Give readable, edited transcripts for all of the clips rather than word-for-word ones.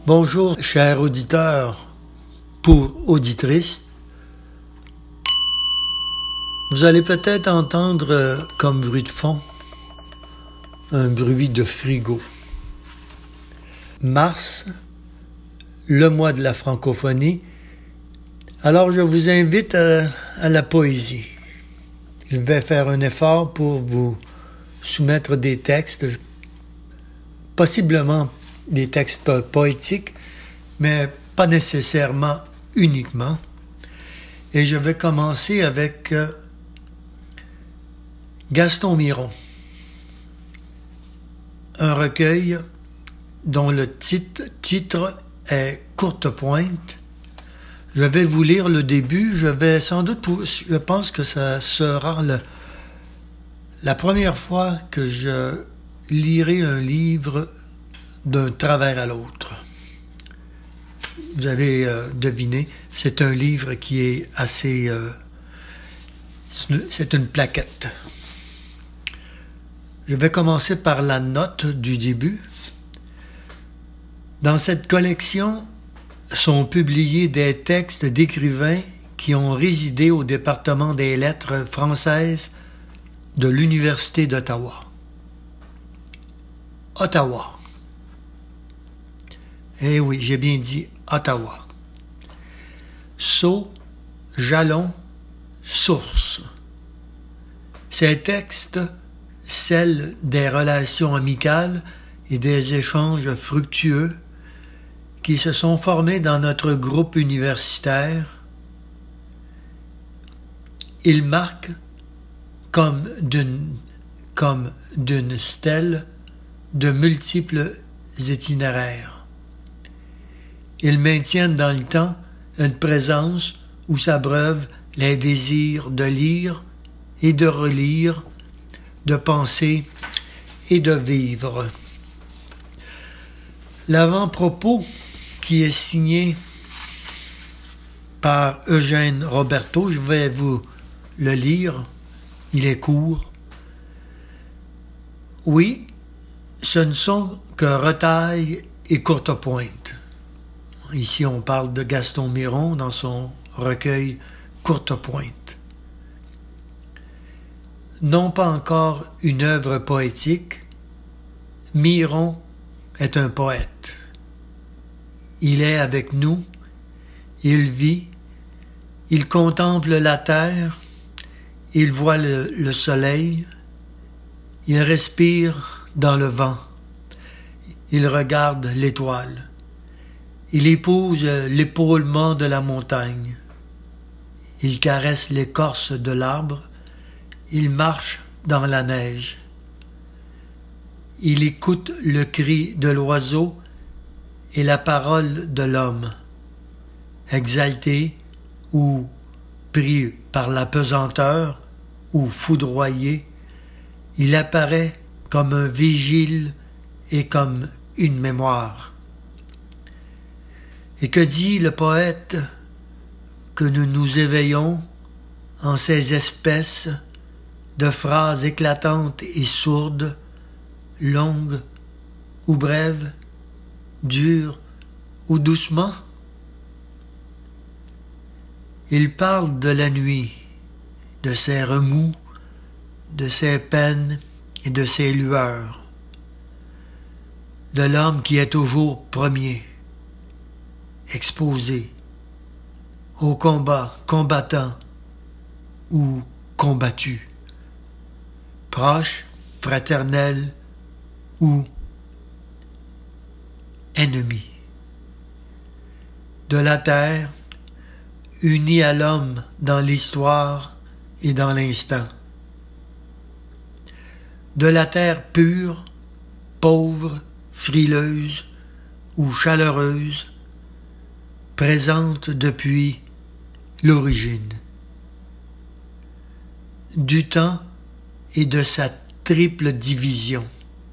Bonjour, chers auditeurs pour auditrices. Vous allez peut-être entendre comme bruit de fond un bruit de frigo. Mars, le mois de la francophonie. Alors je vous invite à la poésie. Je vais faire un effort pour vous soumettre des textes, possiblement des textes poétiques, mais pas nécessairement uniquement. Et je vais commencer avec Gaston Miron, un recueil dont le titre est Courte Pointe. Je vais vous lire le début. Je pense que ça sera la première fois que je lirai un livre d'un travers à l'autre. Vous avez deviné, c'est un livre qui est assez... c'est une plaquette. Je vais commencer par la note du début. Dans cette collection sont publiés des textes d'écrivains qui ont résidé au département des lettres françaises de l'Université d'Ottawa. Ottawa. Eh oui, j'ai bien dit Ottawa. Sceau, jalon, source. Ces textes scellent des relations amicales et des échanges fructueux qui se sont formés dans notre groupe universitaire. Ils marquent comme d'une stèle de multiples itinéraires. Ils maintiennent dans le temps une présence où s'abreuvent les désirs de lire et de relire, de penser et de vivre. L'avant-propos, qui est signé par Eugène Roberto, je vais vous le lire, il est court. Oui, ce ne sont que retailles et courtes pointes. Ici, on parle de Gaston Miron dans son recueil Courte Pointe. Non pas encore une œuvre poétique, Miron est un poète. Il est avec nous, il vit, il contemple la terre, il voit le soleil, il respire dans le vent, il regarde l'étoile, il épouse l'épaulement de la montagne, il caresse l'écorce de l'arbre, il marche dans la neige, il écoute le cri de l'oiseau et la parole de l'homme, exalté ou pris par la pesanteur ou foudroyé, il apparaît comme un vigile et comme une mémoire. Et que dit le poète que nous nous éveillons en ces espèces de phrases éclatantes et sourdes, longues ou brèves, dures ou doucement? Il parle de la nuit, de ses remous, de ses peines et de ses lueurs, de l'homme qui est toujours premier, exposé, au combat, combattant ou combattu, proche, fraternel ou ennemi. De la terre, unie à l'homme dans l'histoire et dans l'instant. De la terre pure, pauvre, frileuse ou chaleureuse, présente depuis l'origine. Du temps et de sa triple division.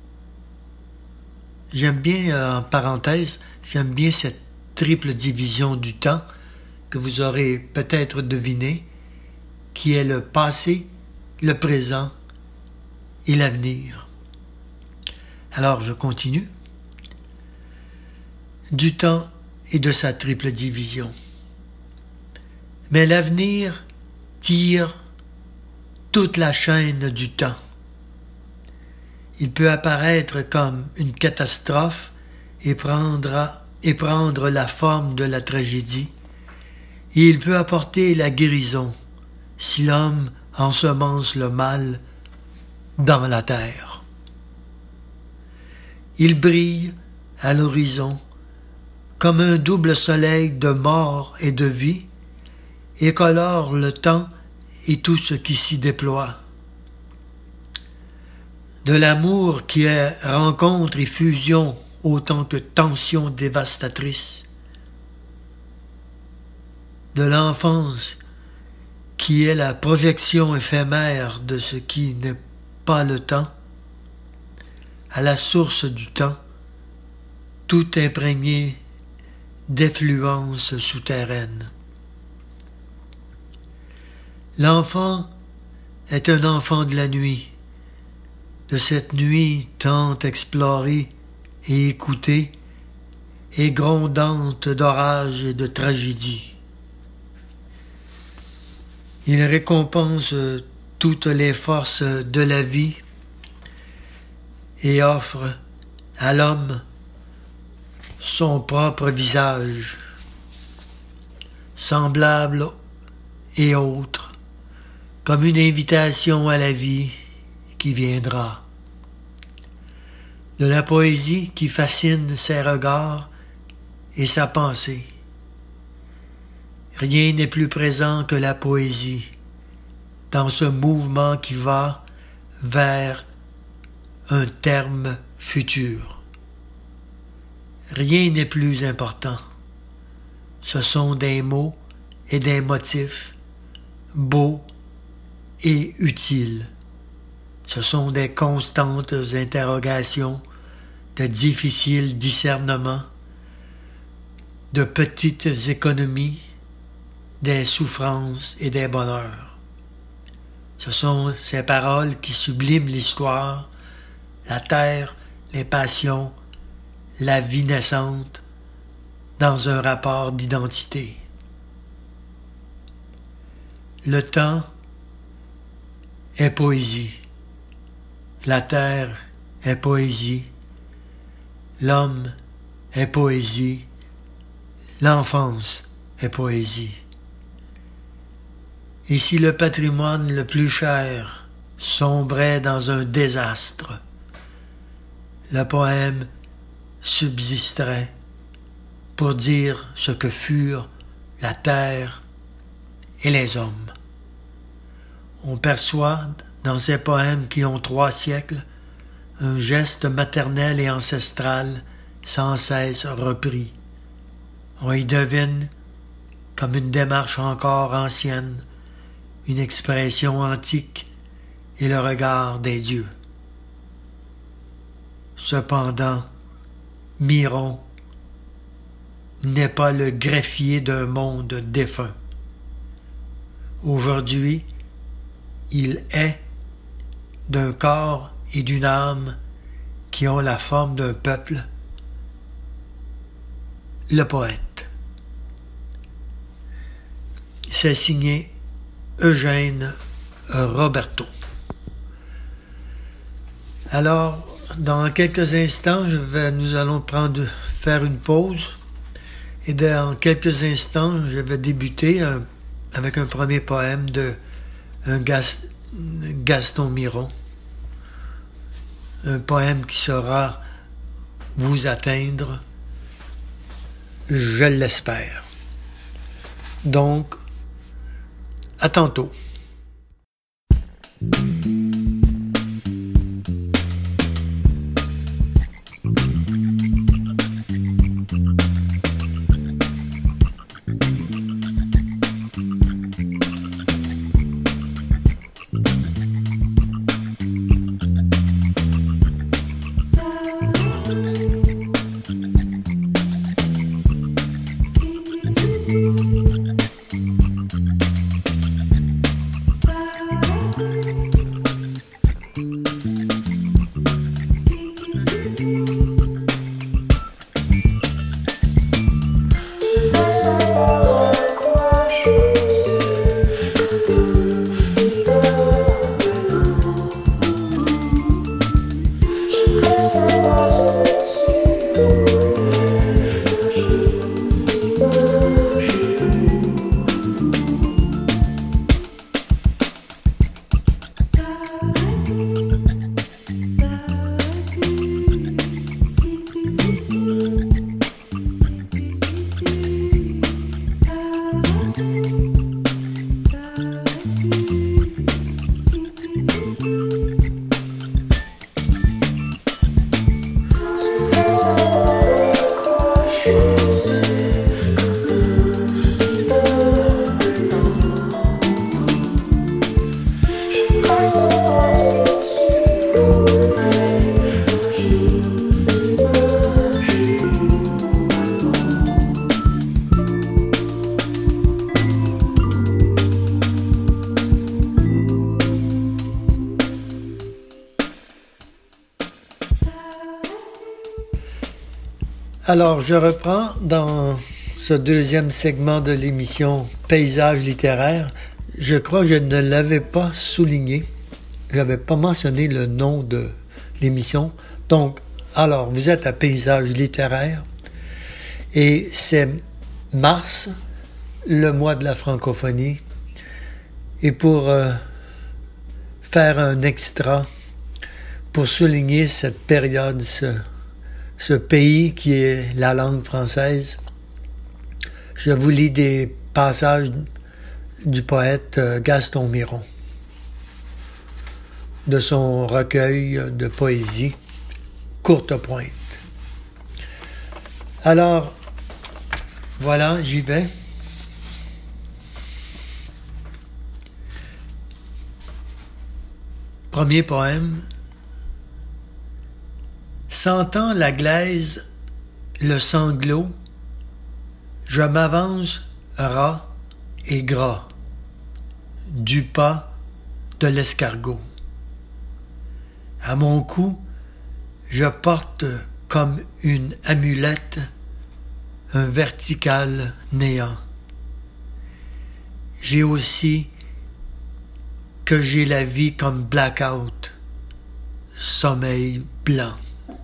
J'aime bien, en parenthèse, j'aime bien cette triple division du temps que vous aurez peut-être deviné, qui est le passé, le présent et l'avenir. Alors je continue. du temps et de sa triple division. Mais l'avenir tire toute la chaîne du temps. Il peut apparaître comme une catastrophe et prendre la forme de la tragédie, et il peut apporter la guérison si l'homme ensemence le mal dans la terre. Il brille à l'horizon comme un double soleil de mort et de vie, et colore le temps et tout ce qui s'y déploie. De l'amour qui est rencontre et fusion autant que tension dévastatrice. De l'enfance qui est la projection éphémère de ce qui n'est pas le temps, à la source du temps, tout imprégné d'effluence souterraine. L'enfant est un enfant de la nuit, de cette nuit tant explorée et écoutée, et grondante d'orage et de tragédie. Il récompense toutes les forces de la vie et offre à l'homme son propre visage, semblable et autre, comme une invitation à la vie qui viendra. De la poésie qui fascine ses regards et sa pensée. Rien n'est plus présent que la poésie dans ce mouvement qui va vers un terme futur. Rien n'est plus important. Ce sont des mots et des motifs beaux et utiles. Ce sont des constantes interrogations, de difficiles discernements, de petites économies, des souffrances et des bonheurs. Ce sont ces paroles qui subliment l'histoire, la terre, les passions, la vie naissante, dans un rapport d'identité. Le temps est poésie. La terre est poésie. L'homme est poésie. L'enfance est poésie. Et si le patrimoine le plus cher sombrait dans un désastre, le poème subsisterait pour dire ce que furent la terre et les hommes. On perçoit dans ces poèmes qui ont 3 siècles un geste maternel et ancestral sans cesse repris. On y devine, comme une démarche encore ancienne, une expression antique et le regard des dieux. Cependant, Miron n'est pas le greffier d'un monde défunt. Aujourd'hui, il est d'un corps et d'une âme qui ont la forme d'un peuple, le poète. C'est signé Eugène Roberto. Alors, dans quelques instants, nous allons faire une pause, et dans quelques instants, je vais débuter avec un premier poème de Gaston Miron, un poème qui saura vous atteindre, je l'espère. Donc, à tantôt. Alors, je reprends dans ce deuxième segment de l'émission Paysage littéraire. Je crois que je ne l'avais pas souligné. Je n'avais pas mentionné le nom de l'émission. Donc, alors, vous êtes à Paysage littéraire et c'est mars, le mois de la francophonie. Et pour faire un extra, pour souligner cette période, ce pays qui est la langue française, je vous lis des passages du poète Gaston Miron, de son recueil de poésie Courte Pointe. Alors, voilà, j'y vais. Premier poème. Sentant la glaise, le sanglot, je m'avance ras et gras du pas de l'escargot. À mon cou, je porte comme une amulette un vertical néant. J'ai aussi que j'ai la vie comme blackout, sommeil blanc.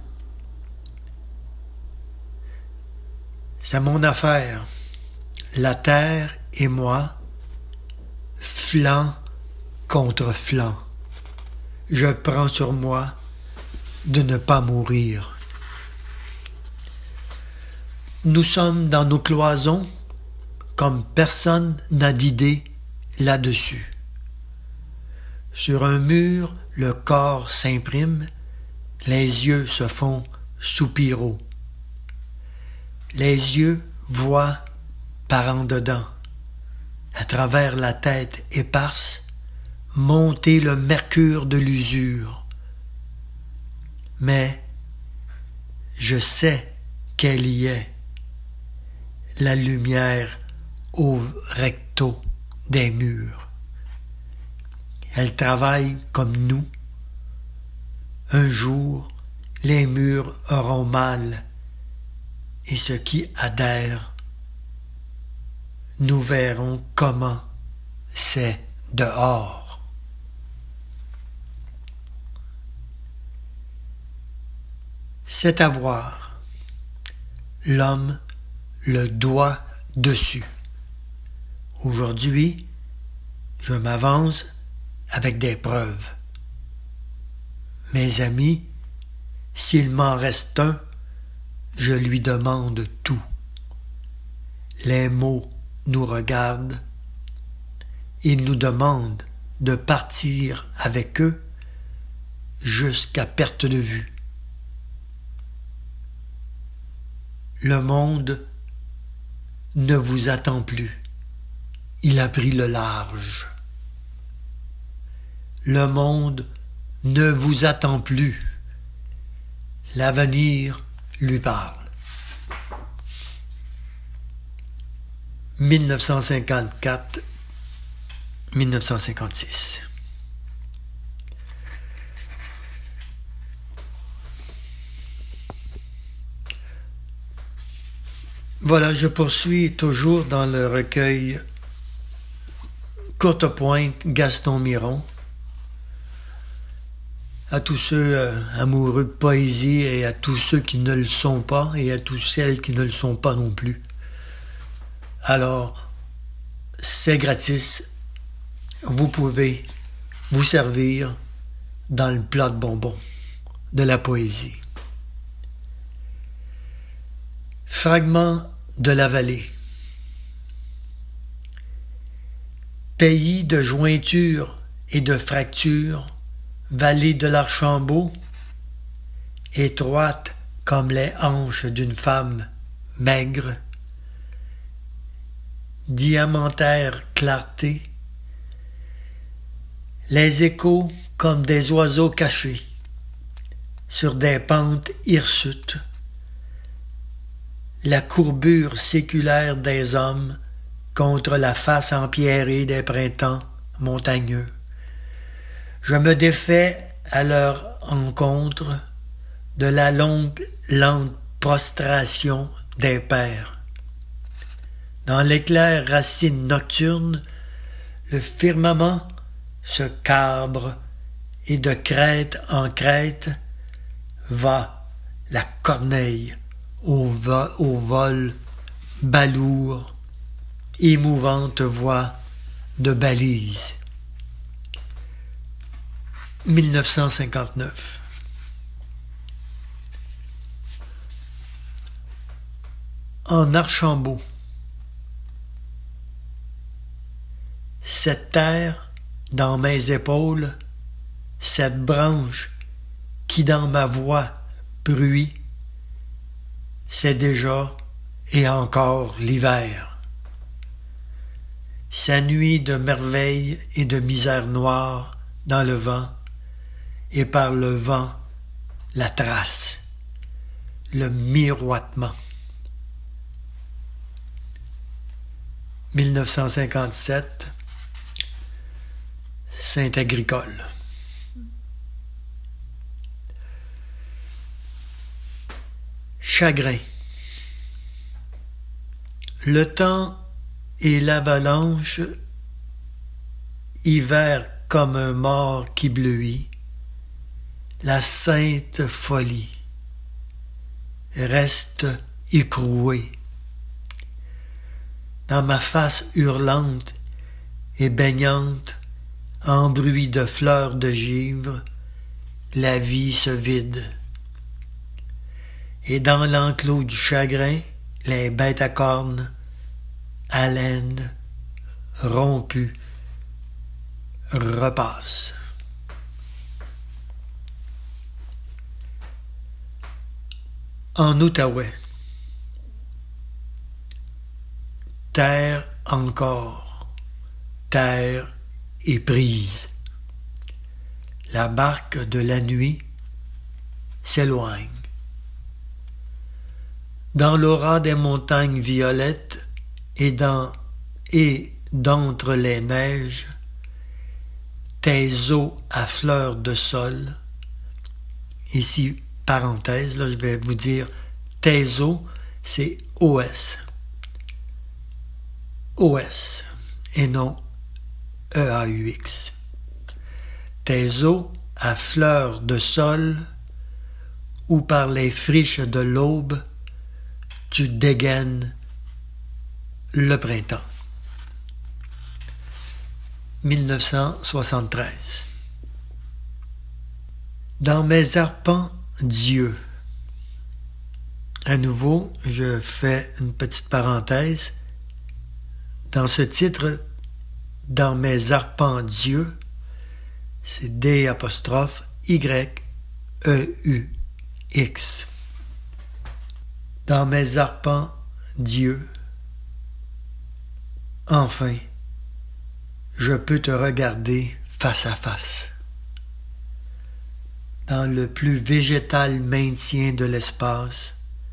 C'est mon affaire, la terre et moi, flanc contre flanc. Je prends sur moi de ne pas mourir. Nous sommes dans nos cloisons, comme personne n'a d'idée là-dessus. Sur un mur, le corps s'imprime, les yeux se font soupiraux. Les yeux voient par en dedans, à travers la tête éparse, monter le mercure de l'usure. Mais je sais qu'elle y est, la lumière au recto des murs. Elle travaille comme nous. Un jour, les murs auront mal, et ceux qui adhèrent, nous verrons comment c'est dehors. C'est à voir. L'homme le doigt dessus. Aujourd'hui, je m'avance avec des preuves. Mes amis, s'il m'en reste un, je lui demande tout. Les mots nous regardent. Ils nous demandent de partir avec eux jusqu'à perte de vue. Le monde ne vous attend plus. Il a pris le large. Le monde ne vous attend plus. L'avenir lui parle. 1954-1956. Voilà, je poursuis toujours dans le recueil Courte Pointe, Gaston Miron. À tous ceux amoureux de poésie et à tous ceux qui ne le sont pas et à toutes celles qui ne le sont pas non plus. Alors, c'est gratis. Vous pouvez vous servir dans le plat de bonbons de la poésie. Fragment de la vallée. Pays de jointures et de fractures, vallée de l'Archambault, étroite comme les hanches d'une femme maigre, diamantaire clarté, les échos comme des oiseaux cachés, sur des pentes hirsutes, la courbure séculaire des hommes contre la face empierrée des printemps montagneux. Je me défais à leur encontre de la longue, lente prostration des pères. Dans l'éclair racine nocturne, le firmament se cabre et de crête en crête va la corneille au vol balourd, émouvante voix de balise. 1959. En Archambault. Cette terre dans mes épaules, cette branche qui dans ma voix bruit, c'est déjà et encore l'hiver. Sa nuit de merveille et de misère noire dans le vent, et par le vent la trace, le miroitement. 1957, Saint-Agricole. Chagrin. Le temps et l'avalanche, hiver comme un mort qui bleuit, la sainte folie reste écrouée. Dans ma face hurlante et baignante, en bruit de fleurs de givre, la vie se vide. Et dans l'enclos du chagrin, les bêtes à cornes, haleines, rompues, repassent. En Outaouais. Terre encore, terre et prise. La barque de la nuit s'éloigne. Dans l'aura des montagnes violettes et d'entre les neiges, tes eaux à fleur de sol, ici parenthèse, là je vais vous dire tes eaux, c'est OS. OS et non EAUX. Tes eaux à fleur de sol, où par les friches de l'aube, tu dégaines le printemps. 1973. Dans mes arpents d'yeux. À nouveau, je fais une petite parenthèse. Dans ce titre, dans mes arpents d'yeux, c'est D'_YEUX. Dans mes arpents d'yeux, enfin, je peux te regarder face à face. Dans le plus végétal maintien de l'espace,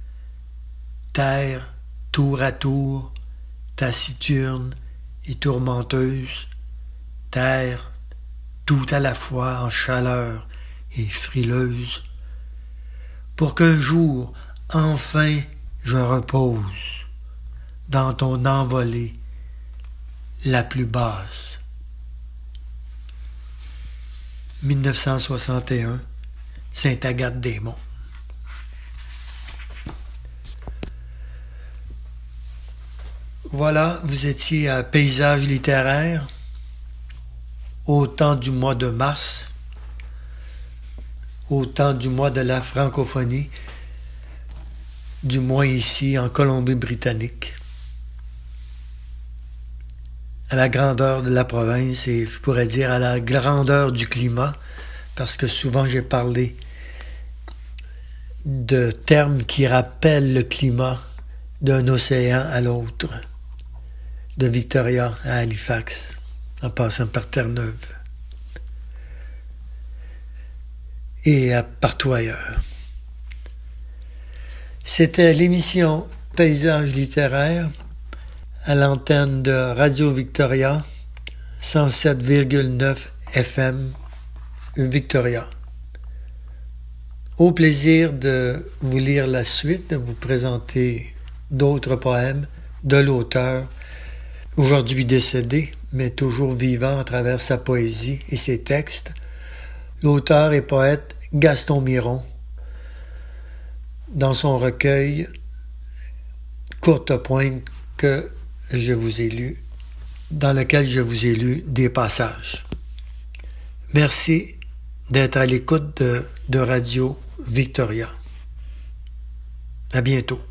terre tour à tour, taciturne et tourmenteuse, terre tout à la fois en chaleur et frileuse, pour qu'un jour, enfin, je repose dans ton envolée la plus basse. 1961, Sainte-Agathe-des-Monts. Voilà, vous étiez à Paysage littéraire au temps du mois de mars, au temps du mois de la francophonie, du moins ici en Colombie-Britannique, à la grandeur de la province et je pourrais dire à la grandeur du climat, parce que souvent j'ai parlé de termes qui rappellent le climat d'un océan à l'autre, de Victoria à Halifax, en passant par Terre-Neuve et partout ailleurs. C'était l'émission Paysage littéraire à l'antenne de Radio Victoria 107,9 FM Victoria Au plaisir de vous lire la suite, de vous présenter d'autres poèmes de l'auteur, aujourd'hui décédé, mais toujours vivant à travers sa poésie et ses textes. L'auteur et poète Gaston Miron, dans son recueil Courte Pointe que je vous ai lu, dans lequel je vous ai lu des passages. Merci d'être à l'écoute de Radio Victoria. À bientôt.